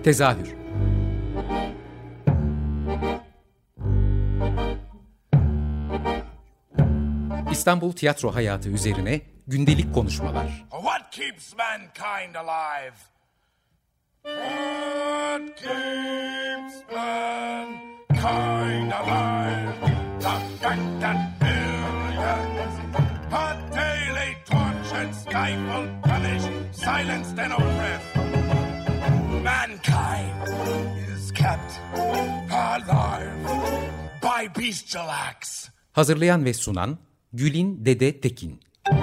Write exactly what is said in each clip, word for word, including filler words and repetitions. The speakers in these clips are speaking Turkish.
Tezahür. İstanbul tiyatro hayatı üzerine gündelik konuşmalar. What keeps mankind alive? What keeps mankind alive? The fact that billions are daily tortured, stifled, punished, silenced and oppressed. Mankind is kept alive by bestial acts. Hazırlayan ve sunan Gülin Dede Tekin.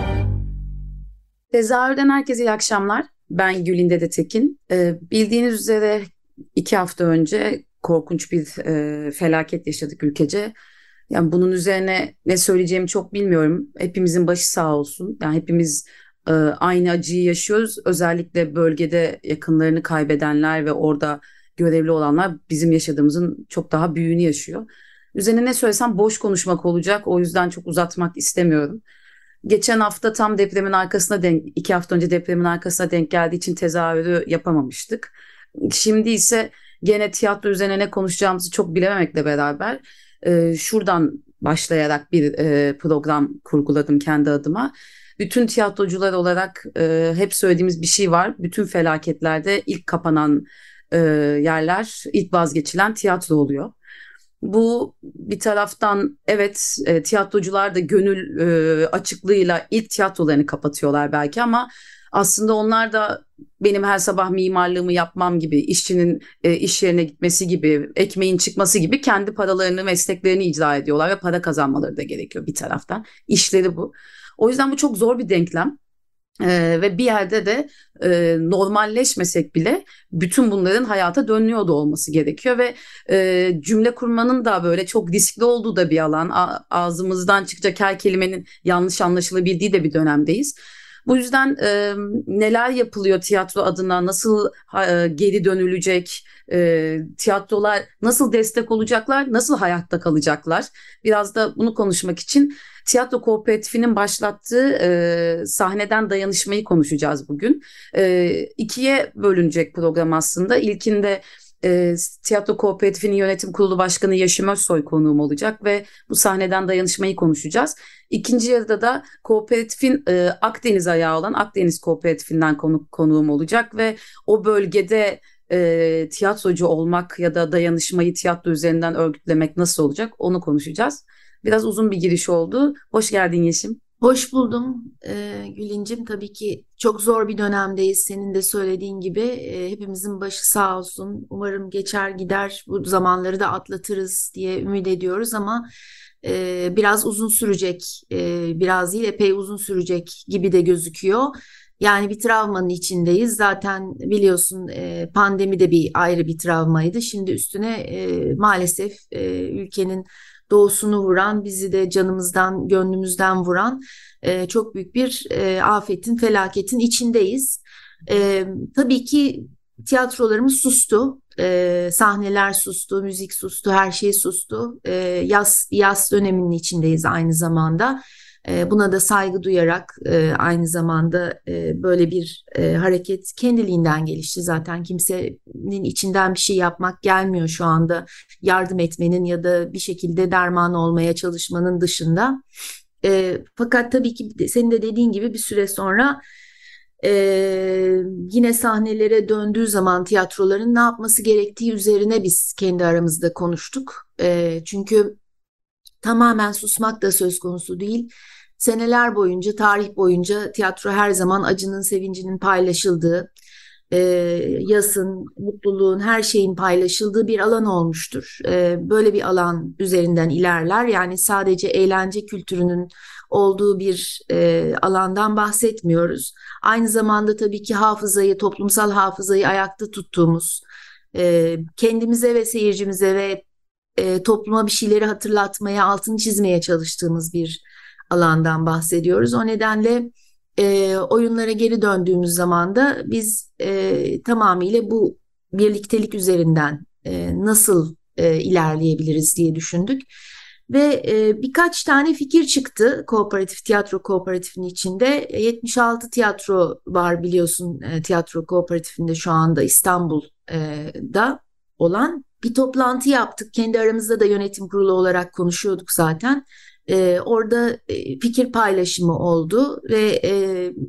Tezahürden herkese iyi akşamlar. Ben Gülin Dede Tekin. Ee, bildiğiniz üzere iki hafta önce korkunç bir e, felaket yaşadık ülkece. Yani bunun üzerine ne söyleyeceğimi çok bilmiyorum. Hepimizin başı sağ olsun. Yani hepimiz e, aynı acıyı yaşıyoruz. Özellikle bölgede yakınlarını kaybedenler ve orada görevli olanlar bizim yaşadığımızın çok daha büyüğünü yaşıyor. Üzerine ne söylesem boş konuşmak olacak. O yüzden çok uzatmak istemiyorum. Geçen hafta tam depremin arkasına denk, iki hafta önce depremin arkasına denk geldiği için tezahürü yapamamıştık. Şimdi ise gene tiyatro üzerine ne konuşacağımızı çok bilememekle beraber e, şuradan başlayarak bir e, program kurguladım kendi adıma. Bütün tiyatrocular olarak e, hep söylediğimiz bir şey var. Bütün felaketlerde ilk kapanan e, yerler, ilk vazgeçilen tiyatro oluyor. Bu bir taraftan evet e, tiyatrocular da gönül e, açıklığıyla ilk tiyatrolarını kapatıyorlar belki ama aslında onlar da benim her sabah mimarlığımı yapmam gibi, işçinin e, iş yerine gitmesi gibi, ekmeğin çıkması gibi kendi paralarını, mesleklerini icra ediyorlar ve para kazanmaları da gerekiyor bir taraftan. İşleri bu. O yüzden bu çok zor bir denklem. Ee, ve bir yerde de e, normalleşmesek bile bütün bunların hayata dönüyor da olması gerekiyor ve e, cümle kurmanın da böyle çok riskli olduğu da bir alan. A- ağzımızdan çıkacak her kelimenin yanlış anlaşılabildiği de bir dönemdeyiz. Bu yüzden e, neler yapılıyor tiyatro adına, nasıl e, geri dönülecek, e, tiyatrolar nasıl destek olacaklar, nasıl hayatta kalacaklar? Biraz da bunu konuşmak için Tiyatro Kooperatifinin başlattığı e, sahneden dayanışmayı konuşacağız bugün. E, ikiye bölünecek program aslında. İlkinde e, Tiyatro Kooperatifinin Yönetim Kurulu Başkanı Yaşım Özsoy konuğum olacak ve bu sahneden dayanışmayı konuşacağız. İkinci yarıda da kooperatifin e, Akdeniz ayağı olan Akdeniz Kooperatifinden konu, konuğum olacak ve o bölgede e, tiyatrocu olmak ya da dayanışmayı tiyatro üzerinden örgütlemek nasıl olacak onu konuşacağız. Biraz uzun bir giriş oldu. Hoş geldin Yeşim. Hoş buldum ee, Gülincim. Tabii ki çok zor bir dönemdeyiz. Senin de söylediğin gibi e, hepimizin başı sağ olsun. Umarım geçer gider bu zamanları da atlatırız diye ümit ediyoruz ama e, biraz uzun sürecek, e, biraz değil epey uzun sürecek gibi de gözüküyor. Yani bir travmanın içindeyiz. Zaten biliyorsun e, pandemi de bir ayrı bir travmaydı. Şimdi üstüne e, maalesef e, ülkenin doğusunu vuran, bizi de canımızdan, gönlümüzden vuran e, çok büyük bir e, afetin, felaketin içindeyiz. E, tabii ki tiyatrolarımız sustu, e, sahneler sustu, müzik sustu, her şey sustu. E, yaz, yaz döneminin içindeyiz aynı zamanda. E, buna da saygı duyarak e, aynı zamanda e, böyle bir e, hareket kendiliğinden gelişti. Zaten kimsenin içinden bir şey yapmak gelmiyor şu anda. Yardım etmenin ya da bir şekilde derman olmaya çalışmanın dışında. E, fakat tabii ki senin de dediğin gibi bir süre sonra e, yine sahnelere döndüğü zaman tiyatroların ne yapması gerektiği üzerine biz kendi aramızda konuştuk. E, çünkü tamamen susmak da söz konusu değil. Seneler boyunca, tarih boyunca tiyatro her zaman acının, sevincinin paylaşıldığı, e, yasın, mutluluğun, her şeyin paylaşıldığı bir alan olmuştur. E, böyle bir alan üzerinden ilerler. Yani sadece eğlence kültürünün olduğu bir e, alandan bahsetmiyoruz. Aynı zamanda tabii ki hafızayı, toplumsal hafızayı ayakta tuttuğumuz, e, kendimize ve seyircimize ve e, topluma bir şeyleri hatırlatmaya, altını çizmeye çalıştığımız bir alandan bahsediyoruz. O nedenle e, oyunlara geri döndüğümüz zaman da biz e, tamamıyla bu birliktelik üzerinden e, nasıl e, ilerleyebiliriz diye düşündük. Ve e, birkaç tane fikir çıktı kooperatif, tiyatro kooperatifinin içinde. yetmiş altı tiyatro var biliyorsun, e, tiyatro kooperatifinde şu anda İstanbul da olan bir toplantı yaptık. Kendi aramızda da yönetim kurulu olarak konuşuyorduk zaten. Ee, orada e, fikir paylaşımı oldu ve e,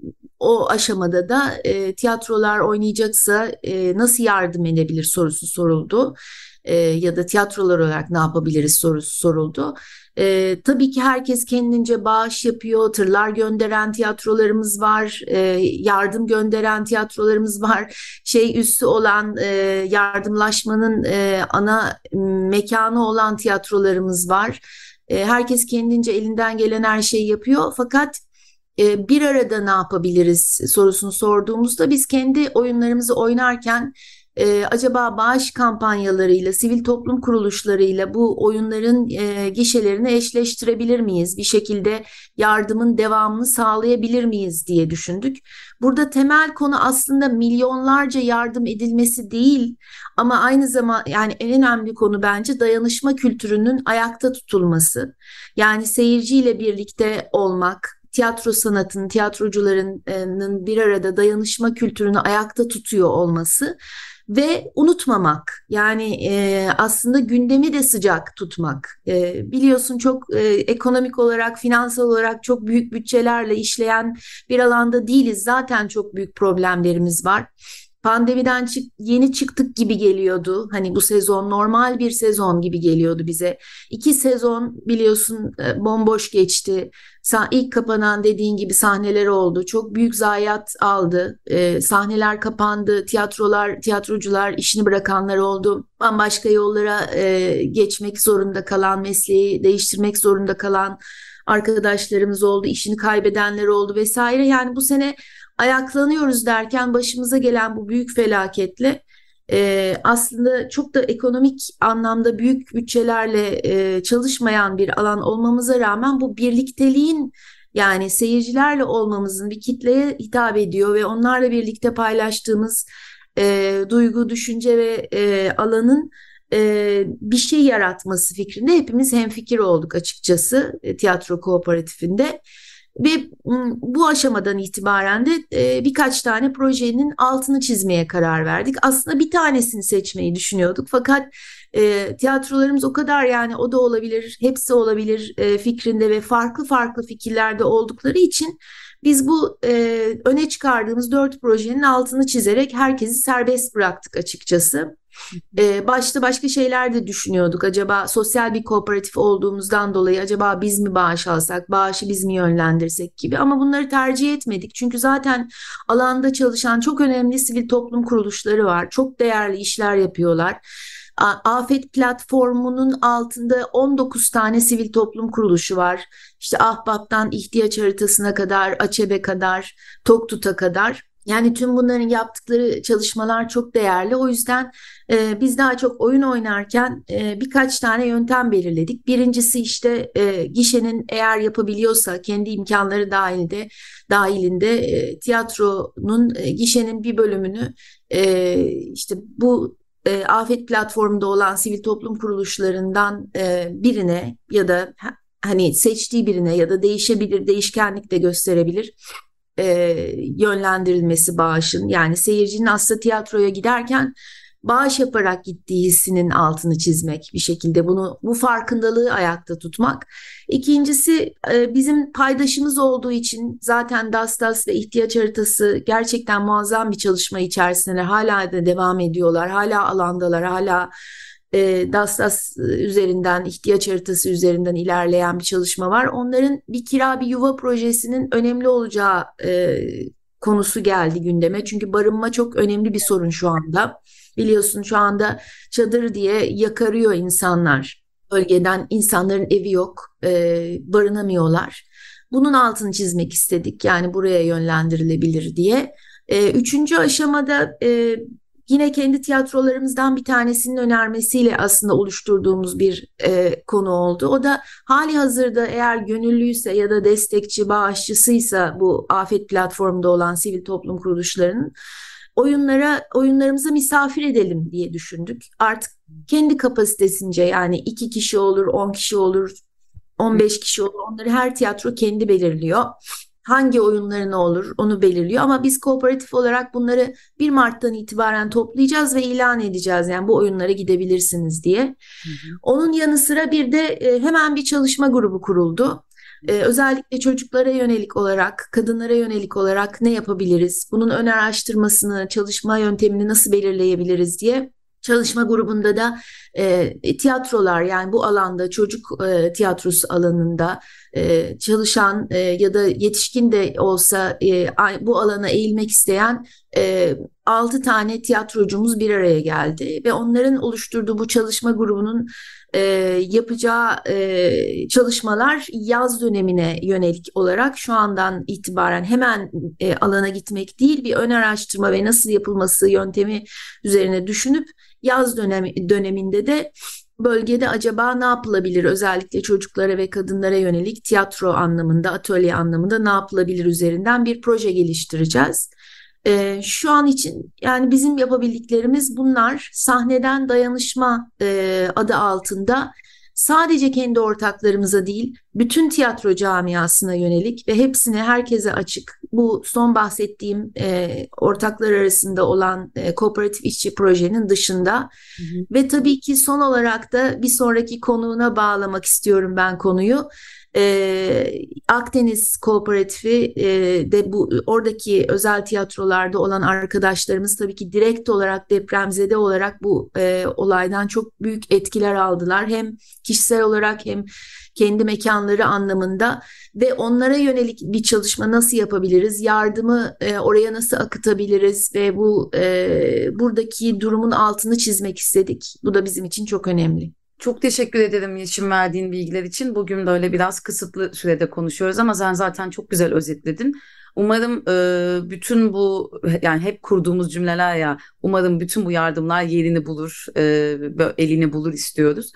o aşamada da e, tiyatrolar oynayacaksa e, nasıl yardım edebilir sorusu soruldu. E, ya da tiyatrolar olarak ne yapabiliriz sorusu soruldu. E, tabii ki herkes kendince bağış yapıyor. Tırlar gönderen tiyatrolarımız var. E, yardım gönderen tiyatrolarımız var. Şey üssü olan e, yardımlaşmanın e, ana mekanı olan tiyatrolarımız var. E, herkes kendince elinden gelen her şeyi yapıyor. Fakat e, bir arada ne yapabiliriz sorusunu sorduğumuzda biz kendi oyunlarımızı oynarken Ee, acaba bağış kampanyalarıyla, sivil toplum kuruluşlarıyla bu oyunların e, gişelerini eşleştirebilir miyiz? Bir şekilde yardımın devamını sağlayabilir miyiz diye düşündük. Burada temel konu aslında milyonlarca yardım edilmesi değil ama aynı zamanda yani en önemli konu bence dayanışma kültürünün ayakta tutulması. Yani seyirciyle birlikte olmak, tiyatro sanatının, tiyatrocuların bir arada dayanışma kültürünü ayakta tutuyor olması ve unutmamak, yani e, aslında gündemi de sıcak tutmak. E, biliyorsun çok e, ekonomik olarak, finansal olarak çok büyük bütçelerle işleyen bir alanda değiliz. Zaten çok büyük problemlerimiz var. Pandemiden çık, yeni çıktık gibi geliyordu. Hani bu sezon normal bir sezon gibi geliyordu bize. İki sezon biliyorsun bomboş geçti. İlk kapanan dediğin gibi sahneler oldu. Çok büyük zayiat aldı. Ee, sahneler kapandı. Tiyatrolar, tiyatrocular işini bırakanlar oldu. Bambaşka yollara e, geçmek zorunda kalan, mesleği değiştirmek zorunda kalan arkadaşlarımız oldu. İşini kaybedenler oldu vesaire. Yani bu sene ayaklanıyoruz derken başımıza gelen bu büyük felaketle e, aslında çok da ekonomik anlamda büyük bütçelerle e, çalışmayan bir alan olmamıza rağmen bu birlikteliğin yani seyircilerle olmamızın bir kitleye hitap ediyor ve onlarla birlikte paylaştığımız e, duygu, düşünce ve e, alanın e, bir şey yaratması fikrinde hepimiz hemfikir olduk açıkçası e, tiyatro kooperatifinde. Ve bu aşamadan itibaren de e, birkaç tane projenin altını çizmeye karar verdik. Aslında bir tanesini seçmeyi düşünüyorduk fakat e, tiyatrolarımız o kadar yani o da olabilir, hepsi olabilir e, fikrinde ve farklı farklı fikirlerde oldukları için biz bu e, öne çıkardığımız dört projenin altını çizerek herkesi serbest bıraktık açıkçası. Ee, başta başka şeyler de düşünüyorduk. Acaba sosyal bir kooperatif olduğumuzdan dolayı acaba biz mi bağış alsak, bağışı biz mi yönlendirsek gibi ama bunları tercih etmedik. Çünkü zaten alanda çalışan çok önemli sivil toplum kuruluşları var. Çok değerli işler yapıyorlar. Afet platformunun altında on dokuz tane sivil toplum kuruluşu var. İşte Ahbap'tan ihtiyaç haritasına kadar, AÇEB'e kadar, TOKTÜT'e kadar. Yani tüm bunların yaptıkları çalışmalar çok değerli. O yüzden e, biz daha çok oyun oynarken e, birkaç tane yöntem belirledik. Birincisi işte e, gişenin eğer yapabiliyorsa kendi imkanları dahilinde dahilinde e, tiyatronun e, gişenin bir bölümünü e, işte bu e, afet platformunda olan sivil toplum kuruluşlarından e, birine ya da hani seçtiği birine ya da değişebilir, değişkenlik de gösterebilir. E, yönlendirilmesi bağışın yani seyircinin aslında tiyatroya giderken bağış yaparak gittiği hissinin altını çizmek bir şekilde bunu bu farkındalığı ayakta tutmak. İkincisi e, bizim paydaşımız olduğu için zaten DASDAS ve ihtiyaç haritası gerçekten muazzam bir çalışma içerisinde hala da devam ediyorlar. Hala alandalar, hala E, DASDAS üzerinden, ihtiyaç haritası üzerinden ilerleyen bir çalışma var. Onların bir kira bir yuva projesinin önemli olacağı e, konusu geldi gündeme. Çünkü barınma çok önemli bir sorun şu anda. Biliyorsun şu anda çadır diye yakarıyor insanlar. Bölgeden insanların evi yok, e, barınamıyorlar. Bunun altını çizmek istedik. Yani buraya yönlendirilebilir diye. E, üçüncü aşamada e, yine kendi tiyatrolarımızdan bir tanesinin önermesiyle aslında oluşturduğumuz bir e, konu oldu. O da hali hazırda eğer gönüllüyse ya da destekçi, bağışçısıysa bu afet platformunda olan sivil toplum kuruluşlarının oyunlara oyunlarımıza misafir edelim diye düşündük. Artık kendi kapasitesince yani iki kişi olur, on kişi olur, on beş kişi olur. Onları her tiyatro kendi belirliyor. hangi oyunları ne olur onu belirliyor. Ama biz kooperatif olarak bunları bir Mart'tan itibaren toplayacağız ve ilan edeceğiz. Yani bu oyunlara gidebilirsiniz diye. Hı hı. Onun yanı sıra bir de e, hemen bir çalışma grubu kuruldu. Ee, özellikle çocuklara yönelik olarak, kadınlara yönelik olarak ne yapabiliriz? Bunun ön araştırmasını, çalışma yöntemini nasıl belirleyebiliriz diye çalışma grubunda da e, tiyatrolar, yani bu alanda çocuk e, tiyatrosu alanında e, çalışan e, ya da yetişkin de olsa e, bu alana eğilmek isteyen e, altı tane tiyatrocumuz bir araya geldi ve onların oluşturduğu bu çalışma grubunun e, yapacağı e, çalışmalar yaz dönemine yönelik olarak şu andan itibaren hemen e, alana gitmek değil, bir ön araştırma ve nasıl yapılması yöntemi üzerine düşünüp yaz dönemi, döneminde de bölgede acaba ne yapılabilir, özellikle çocuklara ve kadınlara yönelik tiyatro anlamında, atölye anlamında ne yapılabilir üzerinden bir proje geliştireceğiz. Ee, şu an için yani bizim yapabildiklerimiz bunlar. Sahneden dayanışma e, adı altında sadece kendi ortaklarımıza değil, bütün tiyatro camiasına yönelik ve hepsine, herkese açık, bu son bahsettiğim e, ortaklar arasında olan e, kooperatif işçi projenin dışında. Hı hı. Ve tabii ki son olarak da bir sonraki konuğuna bağlamak istiyorum ben konuyu. Ee, Akdeniz Kooperatifi e, de bu oradaki özel tiyatrolarda olan arkadaşlarımız tabii ki direkt olarak, depremzede olarak bu e, olaydan çok büyük etkiler aldılar. Hem kişisel olarak hem kendi mekanları anlamında ve onlara yönelik bir çalışma nasıl yapabiliriz? Yardımı e, oraya nasıl akıtabiliriz ve bu e, buradaki durumun altını çizmek istedik. Bu da bizim için çok önemli. Çok teşekkür ederim Yeşim, verdiğin bilgiler için. Bugün böyle biraz kısıtlı sürede konuşuyoruz ama sen zaten çok güzel özetledin. Umarım e, bütün bu, yani hep kurduğumuz cümleler ya, umarım bütün bu yardımlar yerini bulur, e, elini bulur istiyoruz.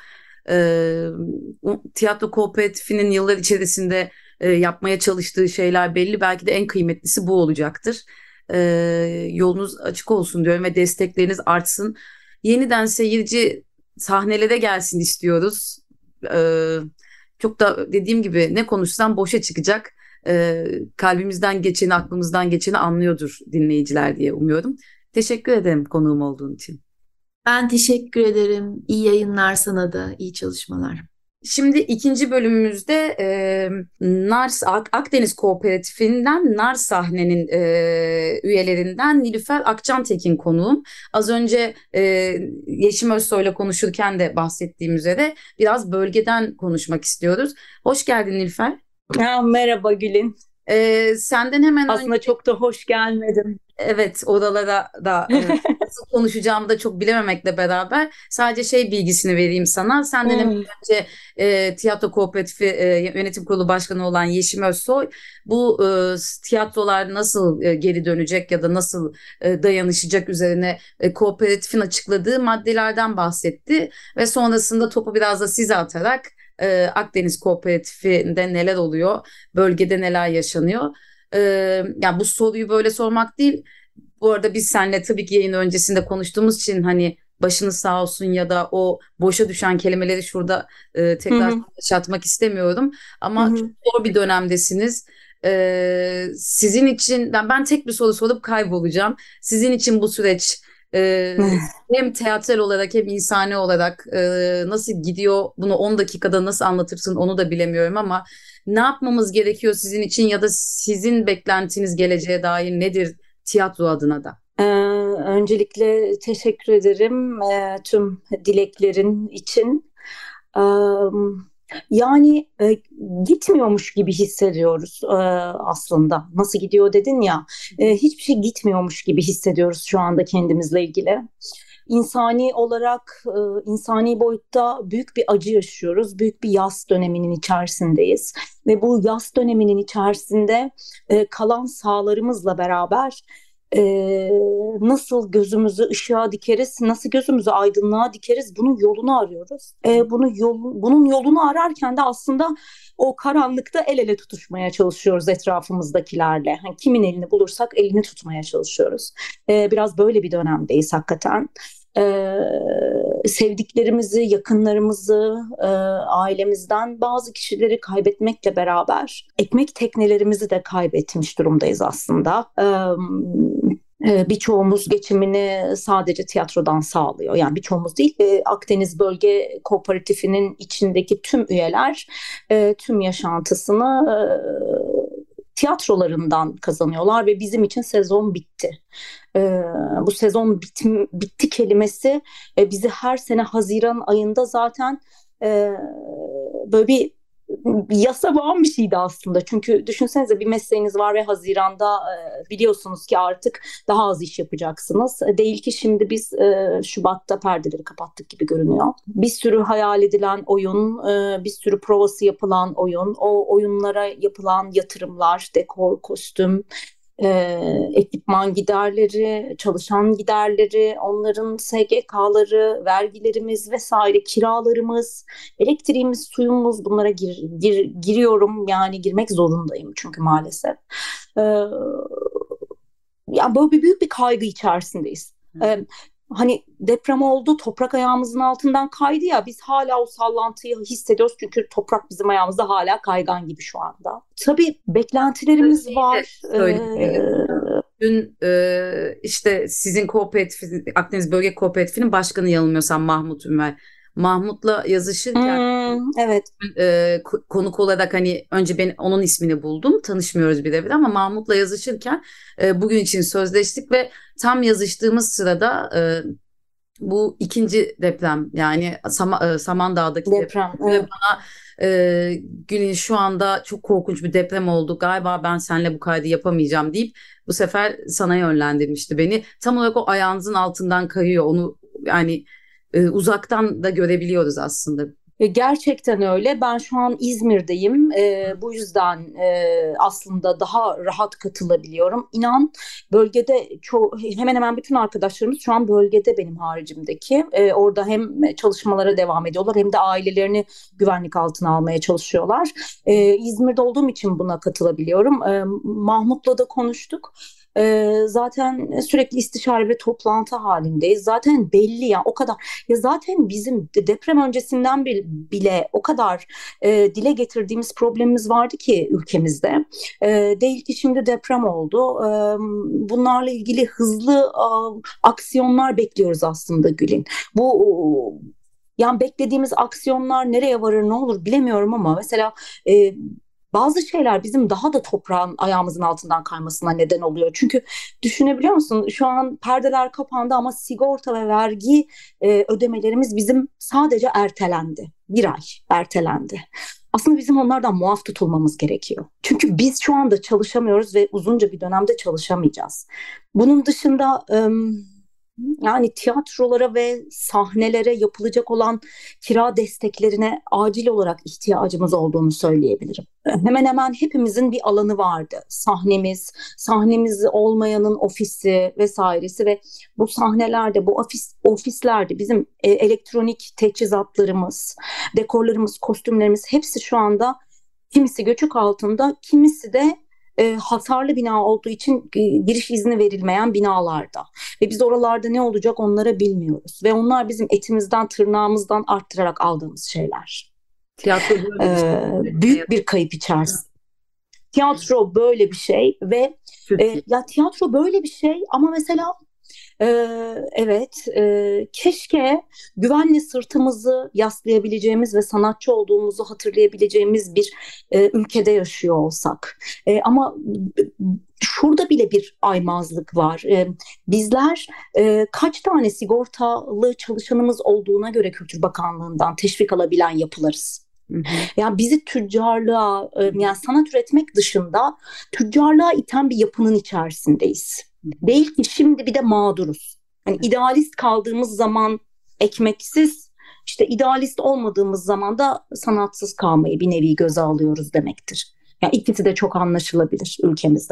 E, Tiyatro Kooperatifinin yıllar içerisinde e, yapmaya çalıştığı şeyler belli. Belki de en kıymetlisi bu olacaktır. E, yolunuz açık olsun diyorum ve destekleriniz artsın. Yeniden seyirci sahnelere gelsin istiyoruz. Ee, çok da dediğim gibi ne konuşsam boşa çıkacak. Ee, kalbimizden geçeni, aklımızdan geçeni anlıyordur dinleyiciler diye umuyorum. Teşekkür ederim konuğum olduğun için. Ben teşekkür ederim. İyi yayınlar sana da, iyi çalışmalar. Şimdi ikinci bölümümüzde e, Nars Akdeniz Kooperatifinden Nar Sahne'nin e, üyelerinden Nilüfer Akçantekin konuğum. Az önce e, Yeşim Özsoy'la konuşurken de bahsettiğim üzere biraz bölgeden konuşmak istiyoruz. Hoş geldin Nilüfer. Ha, merhaba Gülin. E, senden hemen Aslında önce... çok da hoş gelmedim. Evet, oralara da e, nasıl konuşacağımı da çok bilememekle beraber sadece şey bilgisini vereyim sana. Senden hmm. önce e, Tiyatro Kooperatifi e, Yönetim Kurulu Başkanı olan Yeşim Özsoy bu e, tiyatrolar nasıl e, geri dönecek ya da nasıl e, dayanışacak üzerine e, kooperatifin açıkladığı maddelerden bahsetti ve sonrasında topu biraz da size atarak e, Akdeniz Kooperatifi'nde neler oluyor, bölgede neler yaşanıyor. Ee, yani bu soruyu böyle sormak değil. Bu arada biz seninle tabii ki yayın öncesinde konuştuğumuz için hani başınız sağ olsun ya da o boşa düşen kelimeleri şurada e, tekrar yaşatmak istemiyorum. Ama çok zor bir dönemdesiniz. Ee, sizin için ben, ben tek bir soru sorup kaybolacağım. Sizin için bu süreç e, hem teatral olarak hem insani olarak e, nasıl gidiyor? Bunu on dakikada nasıl anlatırsın onu da bilemiyorum ama ne yapmamız gerekiyor sizin için ya da sizin beklentiniz geleceğe dair nedir tiyatro adına da? Ee, öncelikle teşekkür ederim e, tüm dileklerin için. Ee, yani e, gitmiyormuş gibi hissediyoruz e, aslında. Nasıl gidiyor dedin ya, e, hiçbir şey gitmiyormuş gibi hissediyoruz şu anda kendimizle ilgili. İnsani olarak, insani boyutta büyük bir acı yaşıyoruz. Büyük bir yas döneminin içerisindeyiz. Ve bu yas döneminin içerisinde kalan sahalarımızla beraber nasıl gözümüzü ışığa dikeriz, nasıl gözümüzü aydınlığa dikeriz, bunun yolunu arıyoruz. Bunu yol, bunun yolunu ararken de aslında o karanlıkta el ele tutuşmaya çalışıyoruz etrafımızdakilerle. Yani kimin elini bulursak elini tutmaya çalışıyoruz. Biraz böyle bir dönemdeyiz hakikaten. Ee, sevdiklerimizi, yakınlarımızı, e, ailemizden bazı kişileri kaybetmekle beraber ekmek teknelerimizi de kaybetmiş durumdayız aslında. Ee, birçoğumuz geçimini sadece tiyatrodan sağlıyor. Yani birçoğumuz değil, e, Akdeniz Bölge Kooperatifinin içindeki tüm üyeler e, tüm yaşantısını e, tiyatrolarından kazanıyorlar ve bizim için sezon bitti. Ee, bu sezon bitti, bitti kelimesi e, bizi her sene Haziran ayında zaten e, böyle bir yasa boğan bir şeydi aslında. Çünkü düşünsenize, bir mesleğiniz var ve Haziran'da e, biliyorsunuz ki artık daha az iş yapacaksınız. E, değil ki şimdi biz e, Şubat'ta perdeleri kapattık gibi görünüyor. Bir sürü hayal edilen oyun, e, bir sürü provası yapılan oyun, o oyunlara yapılan yatırımlar, dekor, kostüm, E, ekipman giderleri, çalışan giderleri, onların S G K'ları, vergilerimiz vesaire, kiralarımız, elektriğimiz, suyumuz, bunlara gir, gir, giriyorum yani girmek zorundayım çünkü maalesef. E, yani böyle bir büyük bir kaygı içerisindeyiz. E, Hani deprem oldu, toprak ayağımızın altından kaydı ya, biz hala o sallantıyı hissediyoruz çünkü toprak bizim ayağımızda hala kaygan gibi şu anda. Tabii beklentilerimiz var. Ee, Dün e, işte sizin kooperatifiniz, Akdeniz Bölge Kooperatifinin başkanı yanılmıyorsam Mahmut Ünver. Mahmut'la yazışırken hmm, evet. e, konuk olarak hani önce ben onun ismini buldum. Tanışmıyoruz birebir ama Mahmut'la yazışırken e, bugün için sözleştik ve tam yazıştığımız sırada e, bu ikinci deprem, yani Sam- e, Samandağ'daki deprem, deprem ve evet. bana e, Gül'ün şu anda çok korkunç bir deprem oldu, galiba ben seninle bu kaydı yapamayacağım deyip bu sefer sana yönlendirmişti beni. Tam olarak o ayağınızın altından kayıyor, onu yani e, uzaktan da görebiliyoruz aslında. Gerçekten öyle. Ben şu an İzmir'deyim. Ee, bu yüzden e, aslında daha rahat katılabiliyorum. İnan, bölgede ço- hemen hemen bütün arkadaşlarımız şu an bölgede, benim haricimdeki. Ee, orada hem çalışmalara devam ediyorlar hem de ailelerini güvenlik altına almaya çalışıyorlar. Ee, İzmir'de olduğum için buna katılabiliyorum. Ee, Mahmut'la da konuştuk. Ee, zaten sürekli istişare ve toplantı halindeyiz. Zaten belli ya, o kadar. Ya zaten bizim deprem öncesinden bile, bile o kadar e, dile getirdiğimiz problemimiz vardı ki ülkemizde. E, değil ki şimdi deprem oldu. E, bunlarla ilgili hızlı e, aksiyonlar bekliyoruz aslında Gül'in. Bu yani beklediğimiz aksiyonlar nereye varır, ne olur bilemiyorum ama mesela e, bazı şeyler bizim daha da toprağın ayağımızın altından kaymasına neden oluyor. Çünkü düşünebiliyor musun? Şu an perdeler kapandı ama sigorta ve vergi e, ödemelerimiz bizim sadece ertelendi. Bir ay ertelendi. Aslında bizim onlardan muaf tutulmamız gerekiyor. Çünkü biz şu anda çalışamıyoruz ve uzunca bir dönemde çalışamayacağız. Bunun dışında E, yani tiyatrolara ve sahnelere yapılacak olan kira desteklerine acil olarak ihtiyacımız olduğunu söyleyebilirim. Hemen hemen hepimizin bir alanı vardı. Sahnemiz, sahnemiz olmayanın ofisi vesairesi ve bu sahnelerde, bu ofis, ofislerde bizim e, elektronik teçhizatlarımız, dekorlarımız, kostümlerimiz hepsi şu anda kimisi göçük altında, kimisi de E, hasarlı bina olduğu için e, giriş izni verilmeyen binalarda ve biz oralarda ne olacak onlara bilmiyoruz ve onlar bizim etimizden tırnağımızdan arttırarak aldığımız şeyler. Tiyatro böyle bir şey. Ee, büyük bir kayıp içerisinde. Tiyatro böyle bir şey ve e, ya tiyatro böyle bir şey ama mesela e, evet e, keşke güvenle sırtımızı yaslayabileceğimiz ve sanatçı olduğumuzu hatırlayabileceğimiz bir e, ülkede yaşıyor olsak. E, ama şurada bile bir aymazlık var. E, bizler e, kaç tane sigortalı çalışanımız olduğuna göre Kültür Bakanlığı'ndan teşvik alabilen yapılarız. Hı hı. Yani bizi tüccarlığa, yani sanat üretmek dışında tüccarlığa iten bir yapının içerisindeyiz. Değil ki şimdi bir de mağduruz. Yani idealist kaldığımız zaman ekmeksiz, işte idealist olmadığımız zaman da sanatsız kalmayı bir nevi göze alıyoruz demektir. Yani ikisi de çok anlaşılabilir ülkemizde.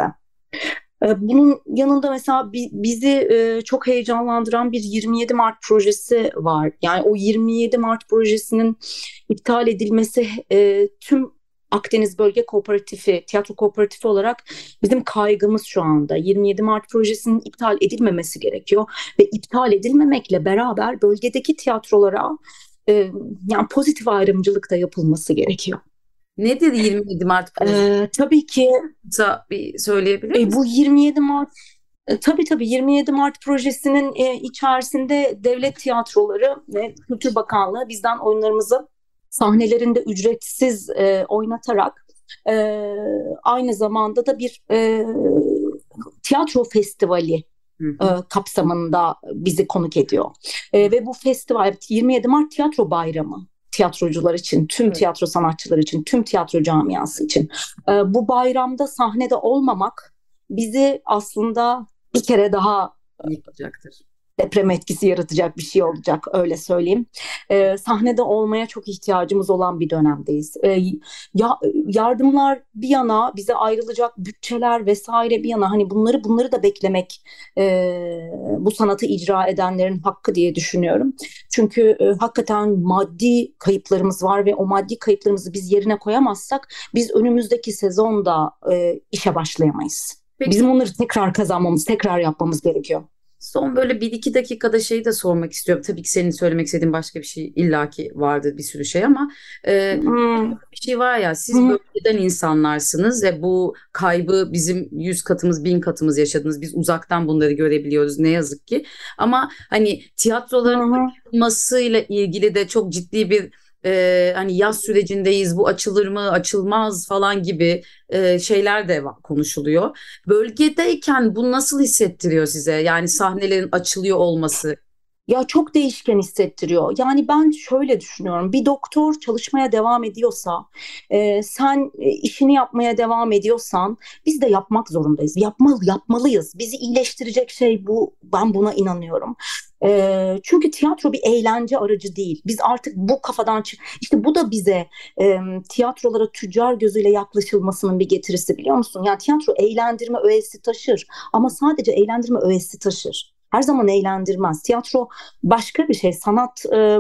Bunun yanında mesela bizi çok heyecanlandıran bir yirmi yedi Mart projesi var. Yani o yirmi yedi Mart projesinin iptal edilmesi tüm Akdeniz Bölge Kooperatifi, Tiyatro Kooperatifi olarak bizim kaygımız şu anda yirmi yedi Mart projesinin iptal edilmemesi gerekiyor ve iptal edilmemekle beraber bölgedeki tiyatrolara e, yani pozitif ayrımcılık da yapılması gerekiyor. Nedir yirmi yedi Mart projesi? Ee, tabii ki bir söyleyebilir misin? E, bu yirmi yedi Mart e, tabii tabii yirmi yedi Mart projesinin e, içerisinde devlet tiyatroları ve Kültür Bakanlığı bizden oyunlarımızı sahnelerinde ücretsiz e, oynatarak e, aynı zamanda da bir e, tiyatro festivali e, kapsamında bizi konuk ediyor. E, ve bu festival yirmi yedi Mart Tiyatro Bayramı. Tiyatrocular için, tüm evet. tiyatro sanatçıları için, tüm tiyatro camiası için. Ee, bu bayramda sahnede olmamak bizi aslında bir kere daha yıkacaktır. Deprem etkisi yaratacak bir şey olacak, öyle söyleyeyim. Ee, sahnede olmaya çok ihtiyacımız olan bir dönemdeyiz. Ee, ya, yardımlar bir yana, bize ayrılacak bütçeler vesaire bir yana, hani bunları bunları da beklemek e, bu sanatı icra edenlerin hakkı diye düşünüyorum. Çünkü e, hakikaten maddi kayıplarımız var ve o maddi kayıplarımızı biz yerine koyamazsak biz önümüzdeki sezonda e, işe başlayamayız. Peki. Bizim onları tekrar kazanmamız, tekrar yapmamız gerekiyor. Son böyle bir iki dakikada şeyi de sormak istiyorum. Tabii ki senin söylemek istediğin başka bir şey illaki vardır, bir sürü şey, ama e, hmm. bir şey var ya, siz hmm. bölgeden insanlarsınız ve bu kaybı bizim yüz katımız, bin katımız yaşadınız. Biz uzaktan bunları görebiliyoruz ne yazık ki. Ama hani tiyatroların açılmasıyla hmm. ilgili de çok ciddi bir Ee, hani yaz sürecindeyiz, bu açılır mı açılmaz falan gibi e, şeyler de konuşuluyor. Bölgedeyken bu nasıl hissettiriyor size? Yani sahnelerin açılıyor olması. Ya çok değişken hissettiriyor. Yani ben şöyle düşünüyorum. Bir doktor çalışmaya devam ediyorsa, e, sen e, işini yapmaya devam ediyorsan biz de yapmak zorundayız. Yapmalı, yapmalıyız. Bizi iyileştirecek şey bu. Ben buna inanıyorum. E, çünkü tiyatro bir eğlence aracı değil. Biz artık bu kafadan çık. İşte bu da bize e, tiyatrolara tüccar gözüyle yaklaşılmasının bir getirisi, biliyor musun? Yani tiyatro eğlendirme öğesi taşır ama sadece eğlendirme öğesi taşır. Her zaman eğlendirmez. Tiyatro başka bir şey. Sanat e,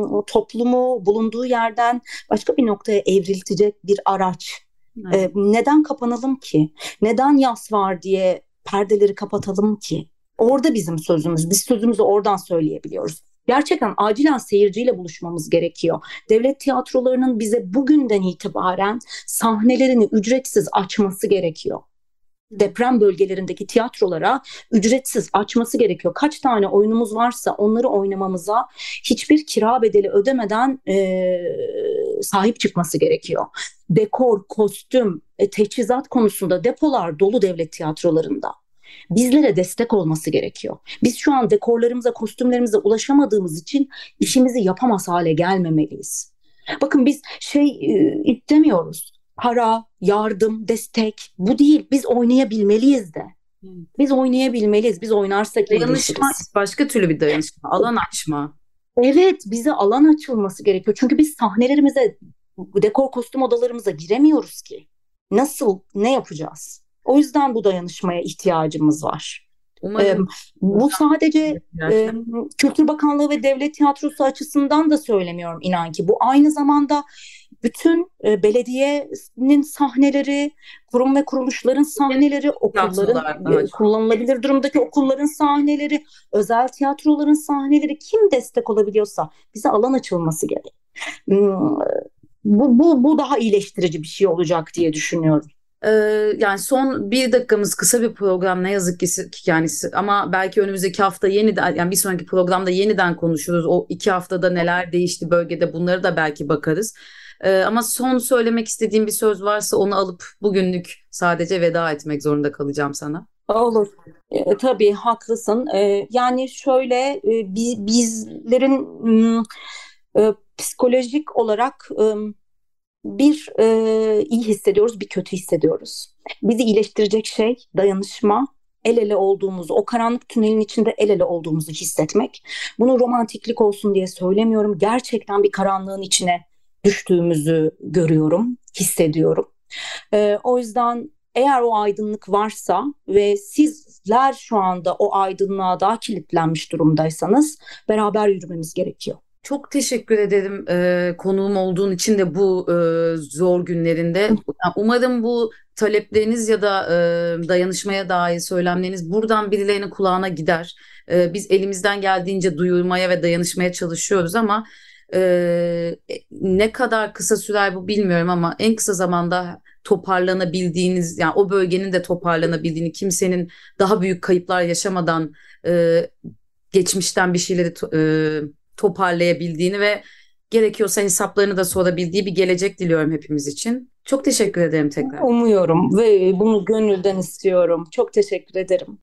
toplumu bulunduğu yerden başka bir noktaya evriltecek bir araç. E, neden kapanalım ki? Neden yas var diye perdeleri kapatalım ki? Orada bizim sözümüz. Biz sözümüzü oradan söyleyebiliyoruz. Gerçekten acilen seyirciyle buluşmamız gerekiyor. Devlet tiyatrolarının bize bugünden itibaren sahnelerini ücretsiz açması gerekiyor. Deprem bölgelerindeki tiyatrolara ücretsiz açması gerekiyor. Kaç tane oyunumuz varsa onları oynamamıza hiçbir kira bedeli ödemeden e, sahip çıkması gerekiyor. Dekor, kostüm, e, teçhizat konusunda depolar dolu devlet tiyatrolarında. Bizlere destek olması gerekiyor. Biz şu an dekorlarımıza, kostümlerimize ulaşamadığımız için işimizi yapamaz hale gelmemeliyiz. Bakın biz şey e, demiyoruz. Para, yardım, destek, bu değil. Biz oynayabilmeliyiz de. Biz oynayabilmeliyiz. Biz oynarsak dayanışma, başka türlü bir dayanışma, alan açma. Evet, bize alan açılması gerekiyor. Çünkü biz sahnelerimize, dekor kostüm odalarımıza giremiyoruz ki. Nasıl, ne yapacağız? O yüzden bu dayanışmaya ihtiyacımız var. Umarım. Ee, bu sadece e, Kültür Bakanlığı ve Devlet Tiyatrosu açısından da söylemiyorum, inan ki. Bu aynı zamanda bütün e, belediyenin sahneleri, kurum ve kuruluşların sahneleri, okulların, e, kullanılabilir durumdaki okulların sahneleri, özel tiyatroların sahneleri, kim destek olabiliyorsa bize alan açılması gerek. Hmm, bu, bu, bu daha iyileştirici bir şey olacak diye düşünüyorum. Ee, yani son bir dakikamız, kısa bir program ne yazık ki yani, ama belki önümüzdeki hafta yeniden, yani bir sonraki programda yeniden konuşuruz. O iki haftada neler değişti bölgede, bunları da belki bakarız. Ee, ama son söylemek istediğim bir söz varsa onu alıp bugünlük sadece veda etmek zorunda kalacağım sana. Olur. E, tabii haklısın. E, yani şöyle e, biz, bizlerin e, psikolojik olarak e, bir e, iyi hissediyoruz, bir kötü hissediyoruz. Bizi iyileştirecek şey dayanışma, el ele olduğumuzu, o karanlık tünelin içinde el ele olduğumuzu hissetmek. Bunu romantiklik olsun diye söylemiyorum. Gerçekten bir karanlığın içine düştüğümüzü görüyorum, hissediyorum. E, o yüzden eğer o aydınlık varsa ve sizler şu anda o aydınlığa daha kilitlenmiş durumdaysanız beraber yürümemiz gerekiyor. Çok teşekkür ederim e, konuğum olduğun için de bu e, zor günlerinde. Yani umarım bu talepleriniz ya da e, dayanışmaya dair söylemleriniz buradan birilerinin kulağına gider. E, biz elimizden geldiğince duyurmaya ve dayanışmaya çalışıyoruz ama e, ne kadar kısa sürer bu bilmiyorum ama en kısa zamanda toparlanabildiğiniz, yani o bölgenin de toparlanabildiğini, kimsenin daha büyük kayıplar yaşamadan e, geçmişten bir şeyleri to- e, toparlayabildiğini ve gerekiyorsa hesaplarını da sorabildiği bir gelecek diliyorum hepimiz için. Çok teşekkür ederim tekrar. Umuyorum ve bunu gönülden istiyorum. Çok teşekkür ederim.